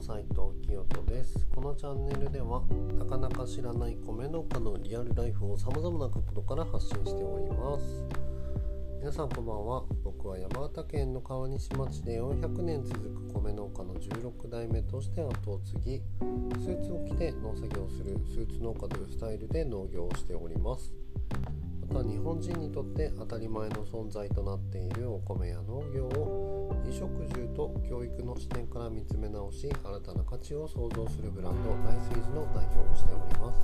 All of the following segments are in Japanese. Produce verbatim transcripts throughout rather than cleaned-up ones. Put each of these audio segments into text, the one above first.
斉藤清人です。このチャンネルではなかなか知らない米農家のリアルライフをさまざまな角度から発信しております。皆さんこんばんは。僕は山形県の川西町でよんひゃくねん続く米農家のじゅうろくだいめとして後を継ぎ、スーツを着て農作業をするスーツ農家というスタイルで農業をしております。また日本人にとって当たり前の存在となっているお米や農業を衣食住と教育の視点から見つめ直し、新たな価値を創造するブランドライスイズの代表をしております。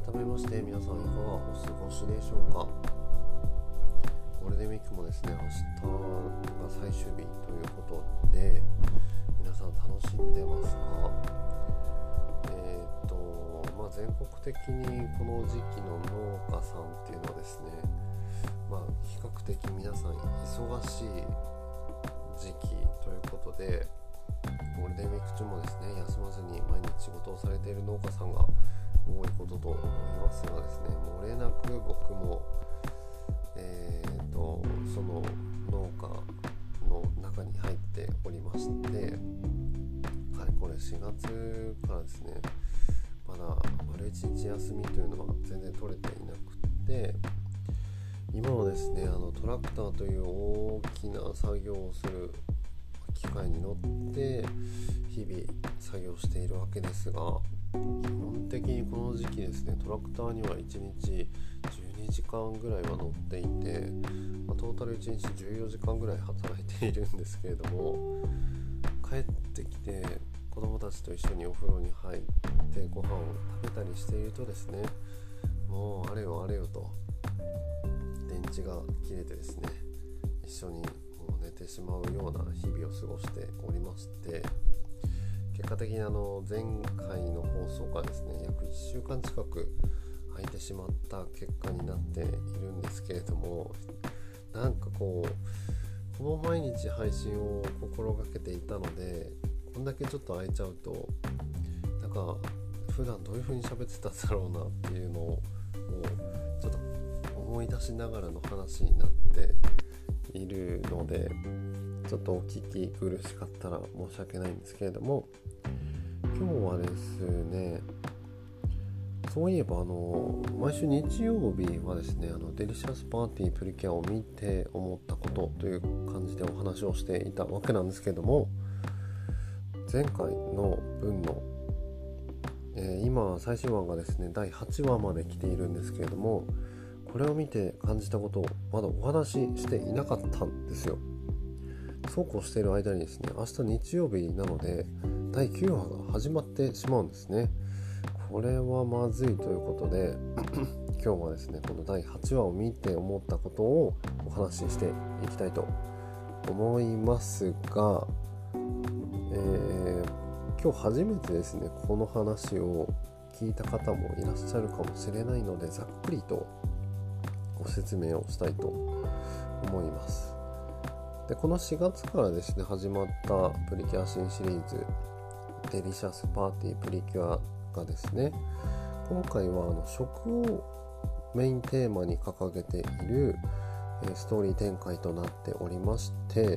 改めまして皆さんいかがお過ごしでしょうか。ゴールデンウィークもですね、明日が最終日ということで皆さん楽しんでますか？えーとまあ、全国的にこの時期の農家さんっていうのはですね、まあ、比較的皆さん忙しい時期ということで、ゴールデンウィーク中もですね休まずに毎日仕事をされている農家さんが多いことと思いますがですね、漏れなく僕も、えー、とその農家の中に入っておりまして、かれこれしがつからですね、まだ丸一日休みというのは全然取れていなくて、今はですねあのトラクターという大きな作業をする機械に乗って日々作業しているわけですが、基本的にこの時期ですねトラクターにはいちにちじゅうにじかんぐらいは乗っていて、まあ、トータルいちにちじゅうよじかんぐらい働いているんですけれども、帰ってきて子供たちと一緒にお風呂に入ってご飯を食べたりしているとですね、もうあれよあれよと電池が切れてですね、一緒にもう寝てしまうような日々を過ごしておりまして、結果的にあの前回の放送からですね約いっしゅうかん近く空いてしまった結果になっているんですけれども、なんかこうほぼ毎日配信を心がけていたので、こんだけちょっと空いちゃうとなんか普段どういう風に喋ってたんだろうなっていうのをちょっと思い出しながらの話になっているので、ちょっとお聞き苦しかったら申し訳ないんですけれども、今日はですね、そういえばあの毎週日曜日はですねあのデリシャスパーティープリキュアを見て思ったことという感じでお話をしていたわけなんですけれども、前回の分の、えー、今最新話がですねだいはちわまで来ているんですけれども、これを見て感じたことをまだお話ししていなかったんですよ。そうこうしている間にですね、明日日曜日なのでだいきゅうわが始まってしまうんですね。これはまずいということで今日はですねこのだいはちわを見て思ったことをお話ししていきたいと思いますが、えー、今日初めてですねこの話を聞いた方もいらっしゃるかもしれないので、ざっくりとご説明をしたいと思います。でこのしがつからですね始まったプリキュア新シリーズデリシャスパーティープリキュアがですね、今回はあの食をメインテーマに掲げている、えー、ストーリー展開となっておりまして、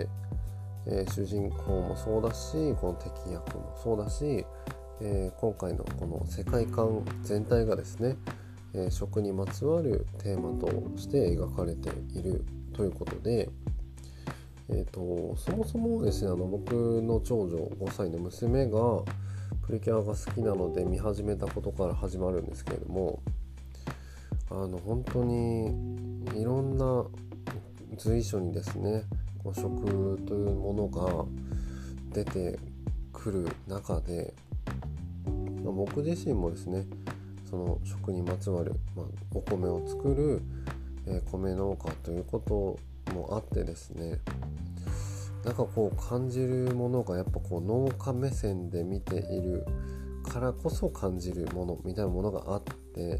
えー、主人公もそうだしこの敵役もそうだし、えー、今回のこの世界観全体がですね、えー、食にまつわるテーマとして描かれているということで、えーと、そもそもですねあの僕の長女ごさいの娘がプリキュアが好きなので見始めたことから始まるんですけれども、あの本当にいろんな随所にですねこう食というものが出てくる中で、まあ、僕自身もですねその食にまつわる、まあ、お米を作る、えー、米農家ということもあってですね、なんかこう感じるものがやっぱこう農家目線で見ているからこそ感じるものみたいなものがあって、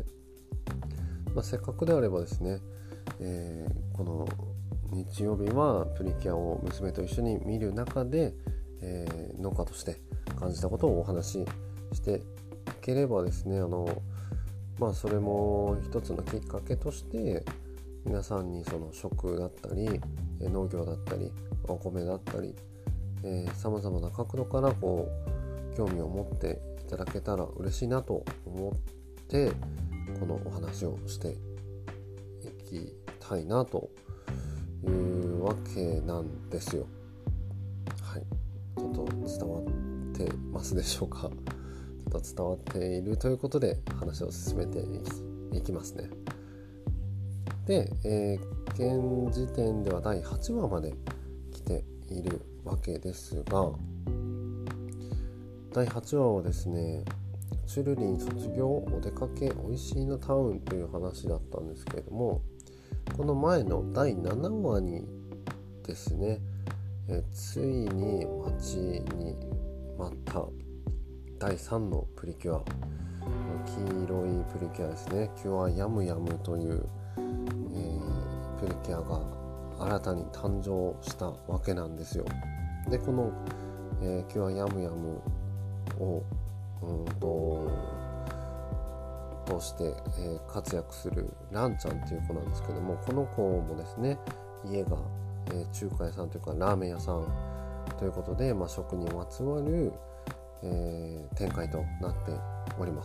まあ、せっかくであればですね、えー、この日曜日はプリキュアを娘と一緒に見る中で、えー、農家として感じたことをお話ししていければですね、あのまあそれも一つのきっかけとして皆さんにその食だったり農業だったりお米だったりさまざまな角度からこう興味を持っていただけたら嬉しいなと思ってこのお話をしていきたいなというわけなんですよ。はい、ちょっと伝わってますでしょうか。ちょっと伝わっているということで話を進めてい き, いきますね。で、えー、現時点ではだいはちわまで来ているわけですが、だいはちわはですね、チュルリン卒業お出かけおいしいなタウンという話だったんですけれども、この前のだいななわにですね、えついに待ちに待っただいさんのプリキュア、黄色いプリキュアですね、キュアヤムヤムという、えー、プリキュアが新たに誕生したわけなんですよ。でこの、えー、キュアヤムヤムをうんととして、えー、活躍するランちゃんっていう子なんですけども、この子もですね、家が、えー、中華屋さんというかラーメン屋さんということで、まあ、食にまつわる、えー、展開となっております。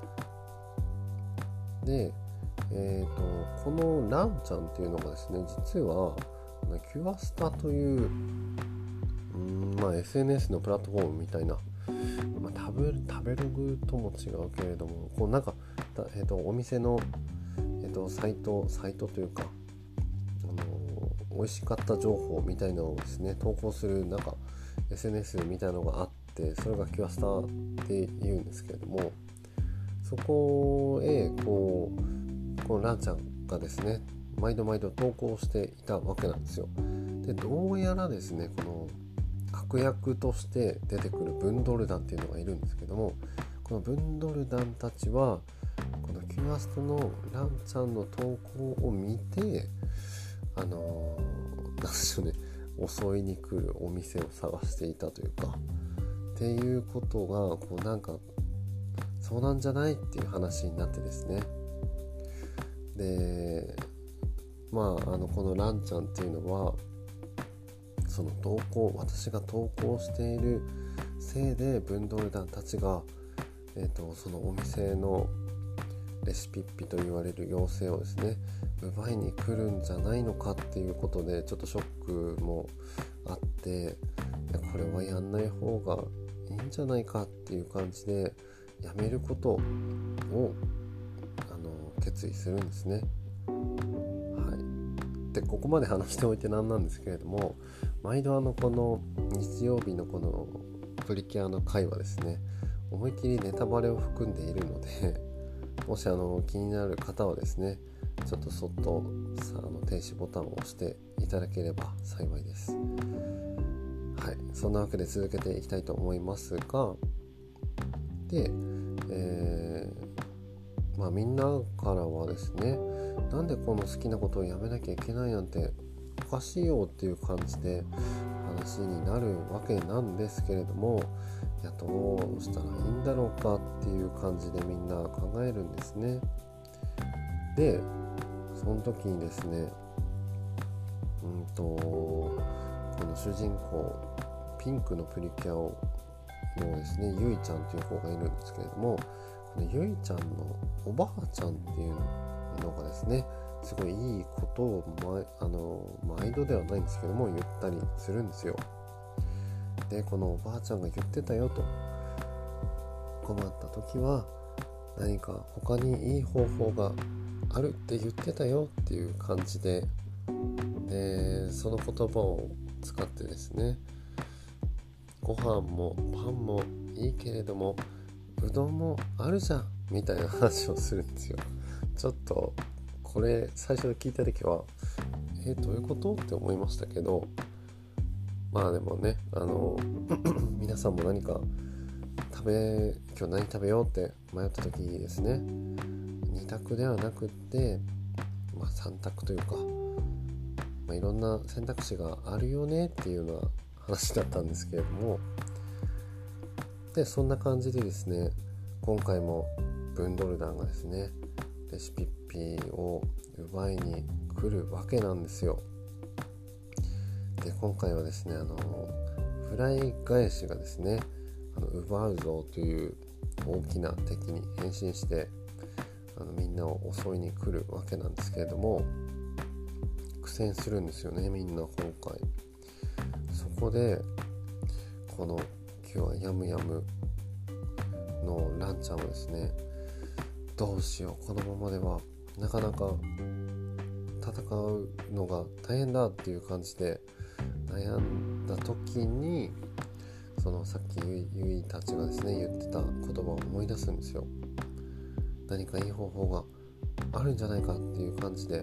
で、えーと、このランちゃんっていうのがですね、実はキュアスタという、うんまあ、エスエヌエス のプラットフォームみたいな、まあ、食べ食べログとも違うけれども、こうなんか、えー、とお店の、えー、とサイトサイトというか、あのー、美味しかった情報みたいなのをですね投稿するなんか エスエヌエス みたいなのがあって、それがキュアスタって言うんですけれども、そこへこうこのランちゃんがですね毎度毎度投稿していたわけなんですよ。でどうやらですね、この悪役として出てくるブンドル団っていうのがいるんですけども、このブンドル団たちはこのキュアストのランちゃんの投稿を見て、あのー、なんでしょうね、襲いに来るお店を探していたというかっていうことがこうなんかそうなんじゃないっていう話になってですね、でまああのこのランちゃんっていうのはその投稿私が投稿しているせいでブンドル団たちが、えーと、そのお店のレシピッピと言われる妖精をですね奪いに来るんじゃないのかっていうことでちょっとショックもあって、これはやんない方がいいんじゃないかっていう感じでやめることをあの決意するんですね。はい。でここまで話しておいてなんなんですけれども、毎度あのこの日曜日のこのプリキュアの回はですね、思いっきりネタバレを含んでいるので、もしあの気になる方はですね、ちょっとそっとさあの停止ボタンを押していただければ幸いです。はい、そんなわけで続けていきたいと思いますが、で、えー、まあみんなからはですね、なんでこの好きなことをやめなきゃいけないなんておかしいよっていう感じで話になるわけなんですけれども、いやどうしたらいいんだろうかっていう感じでみんな考えるんですね。でその時にですね、うんとこの主人公ピンクのプリキュアをのですねゆいちゃんという子がいるんですけれども、このゆいちゃんのおばあちゃんっていうのがですね、すごいいいことを、ま、あの毎度ではないんですけども言ったりするんですよ。でこのおばあちゃんが言ってたよと、困った時は何か他にいい方法があるって言ってたよっていう感じで、でその言葉を使ってですね、ご飯もパンもいいけれどもうどんもあるじゃんみたいな話をするんですよ。ちょっとこれ最初聞いた時はえどういうことって思いましたけど、まあでもね、あの皆さんも何か食べ今日何食べようって迷った時にですね、に択ではなくって、まあ、さん択というか、まあ、いろんな選択肢があるよねっていうような話だったんですけれども、でそんな感じでですね、今回もブンドル団がですねレシピッピを奪いに来るわけなんですよ。で今回はですね、あのフライ返しがですね、あの奪うぞという大きな敵に変身してあのみんなを襲いに来るわけなんですけれども、苦戦するんですよね、みんな今回。そこでこの今日はヤムヤムのランちゃんはですね、どうしよう、このままではなかなか戦うのが大変だっていう感じで悩んだ時に、そのさっきゆい、ゆいたちがですね言ってた言葉を思い出すんですよ。何かいい方法があるんじゃないかっていう感じで、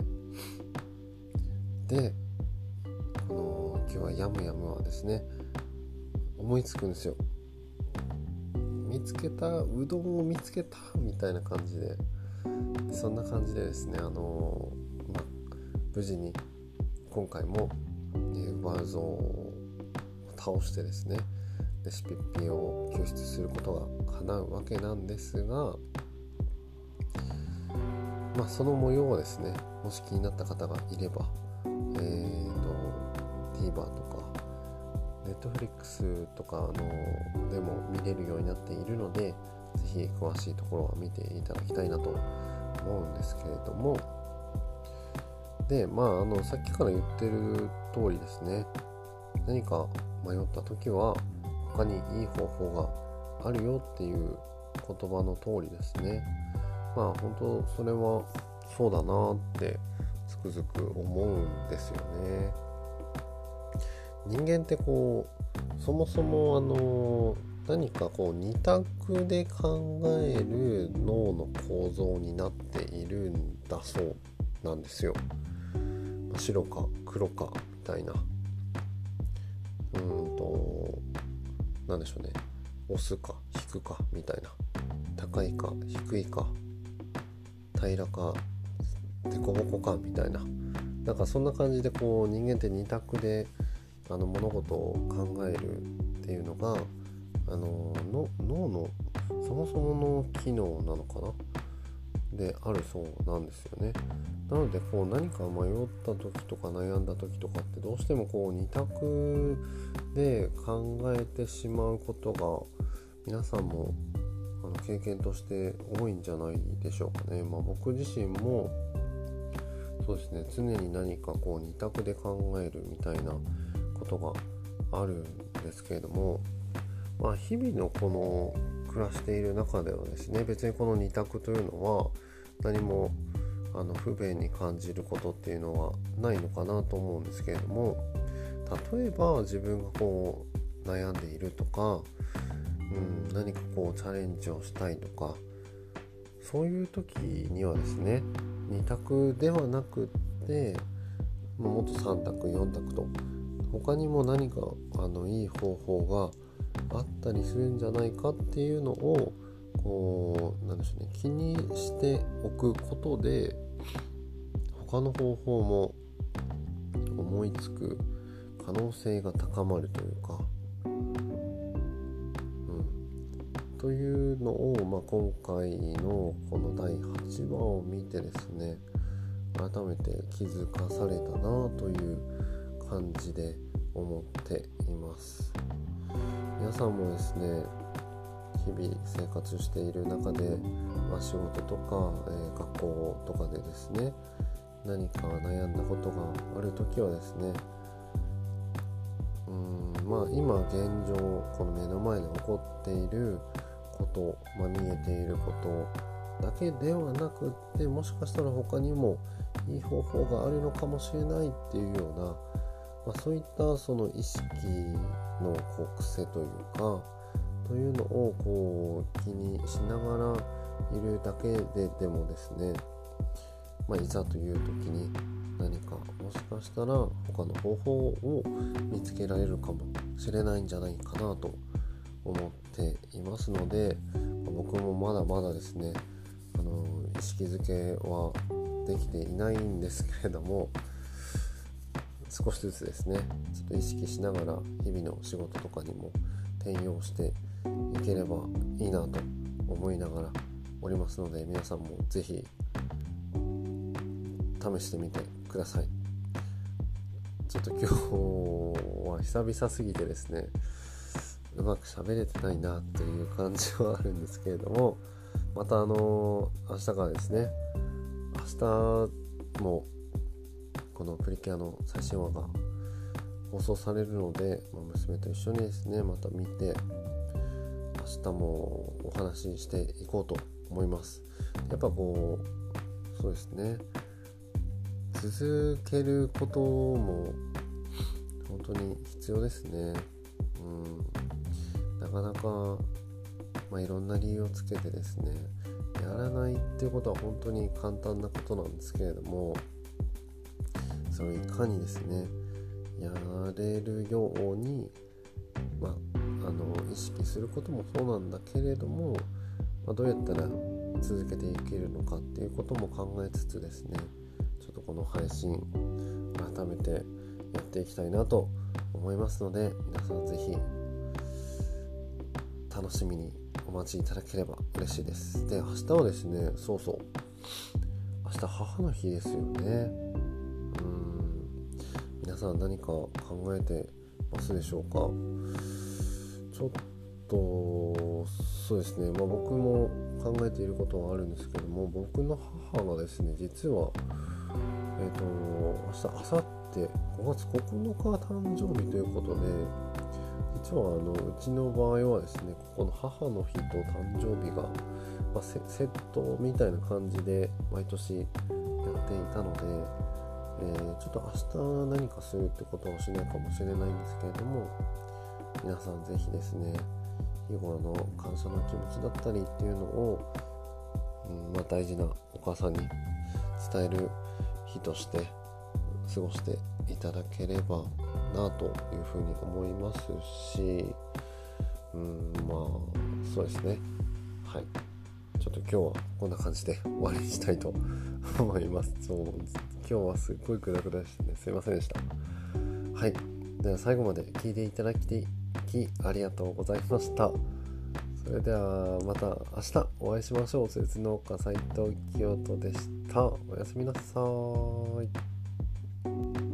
でこの今日はヤムヤムはですね思いつくんですよ。見つけた、うどんを見つけたみたいな感じで、そんな感じでですね、あのーまあ、無事に今回も、えー、バーゾーを倒してですね、レシピッピを救出することが叶うわけなんですが、まあその模様はですね、もし気になった方がいれば、えーと TVer とか Netflix とかのでも見れるようになっているので、ぜひ詳しいところは見ていただきたいなと思うんですけれども、でまああのさっきから言ってる通りですね、何か迷った時は他にいい方法があるよっていう言葉の通りですね。まあ本当それはそうだなってつくづく思うんですよね。人間ってこうそもそもあの何かこう二択で考える脳の構造になっているんだそうなんですよ。白か黒かみたいな、うーんとなんでしょうね、押すか引くかみたいな、高いか低いか平らかデコボコかみたいな、なんかそんな感じでこう人間って二択であの物事を考えるっていうのがあのの脳のそもそもの機能なのかなであるそうなんですよね。なのでこう何か迷った時とか悩んだ時とかってどうしてもこう二択で考えてしまうことが皆さんもあの経験として多いんじゃないでしょうかね。まあ、僕自身もそうですね、常に何かこう二択で考えるみたいなことがあるんですけれども、まあ、日々のこの暮らしている中ではですね、別にこの二択というのは何もあの不便に感じることっていうのはないのかなと思うんですけれども、例えば自分がこう悩んでいるとか、うん、何かこうチャレンジをしたいとか、そういう時にはですね、二択ではなくってもっとさん択よん択と他にも何かあのいい方法があったりするんじゃないかっていうのをこうなんでしょうね、気にしておくことで他の方法も思いつく可能性が高まるというか、うん、というのを、まあ、今回のこのだいはちわを見てですね、改めて気づかされたなという感じで思っています。皆さんもですね、日々生活している中で、まあ、仕事とか、えー、学校とかでですね、何か悩んだことがあるときはですね、うーんまあ今現状この目の前で起こっていること、まあ、見えていることだけではなくって、もしかしたら他にもいい方法があるのかもしれないっていうような、まあ、そういったその意識のこう癖というかというのをこう気にしながらいるだけででもですね、まあ、いざという時に何かもしかしたら他の方法を見つけられるかもしれないんじゃないかなと思っていますので、僕もまだまだですね、あの意識づけはできていないんですけれども、少しずつですねちょっと意識しながら日々の仕事とかにも転用していければいいなと思いながらおりますので、皆さんもぜひ試してみてください。ちちょっと今日は久々すぎてですね、うまく喋れてないなという感じはあるんですけれども、またあの明日からですね、明日もこのプリキュアの最新話が放送されるので、まあ、娘と一緒にですねまた見て明日もお話ししていこうと思います。やっぱこうそうですね、続けることも本当に必要ですね。うん、なかなか、まあ、いろんな理由をつけてですねやらないっていうことは本当に簡単なことなんですけれども、それをいかにですねやれるように、まあ、あの意識することもそうなんだけれども、まあ、どうやったら続けていけるのかっていうことも考えつつですね、ちょっとこの配信改めてやっていきたいなと思いますので、皆さんぜひ楽しみにお待ちいただければ嬉しいです。で、明日はですね、そうそう明日母の日ですよね。うーん皆さん何か考えてますでしょうか。ちょっとそうですね、まあ、僕も考えていることはあるんですけども、僕の母がですね実はえっと明日明後日ごがつここのかが誕生日ということで、実はあのうちの場合はですねここの母の日と誕生日が、まあ、セ, セットみたいな感じで毎年やっていたので、えー、ちょっと明日何かするってことはしないかもしれないんですけれども、皆さんぜひですね日頃の感謝の気持ちだったりっていうのを、うんまあ、大事なお母さんに伝える日として過ごしていただければなというふうに思いますし、うんまあそうですね、はい、ちょっと今日はこんな感じで終わりにしたいと思います。そう今日はすっごいグダグダでしたね、すいませんでした。はい、では最後まで聞いていただきありがとうございました。それではまた明日お会いしましょう。節農家斉藤清人でした。おやすみなさい。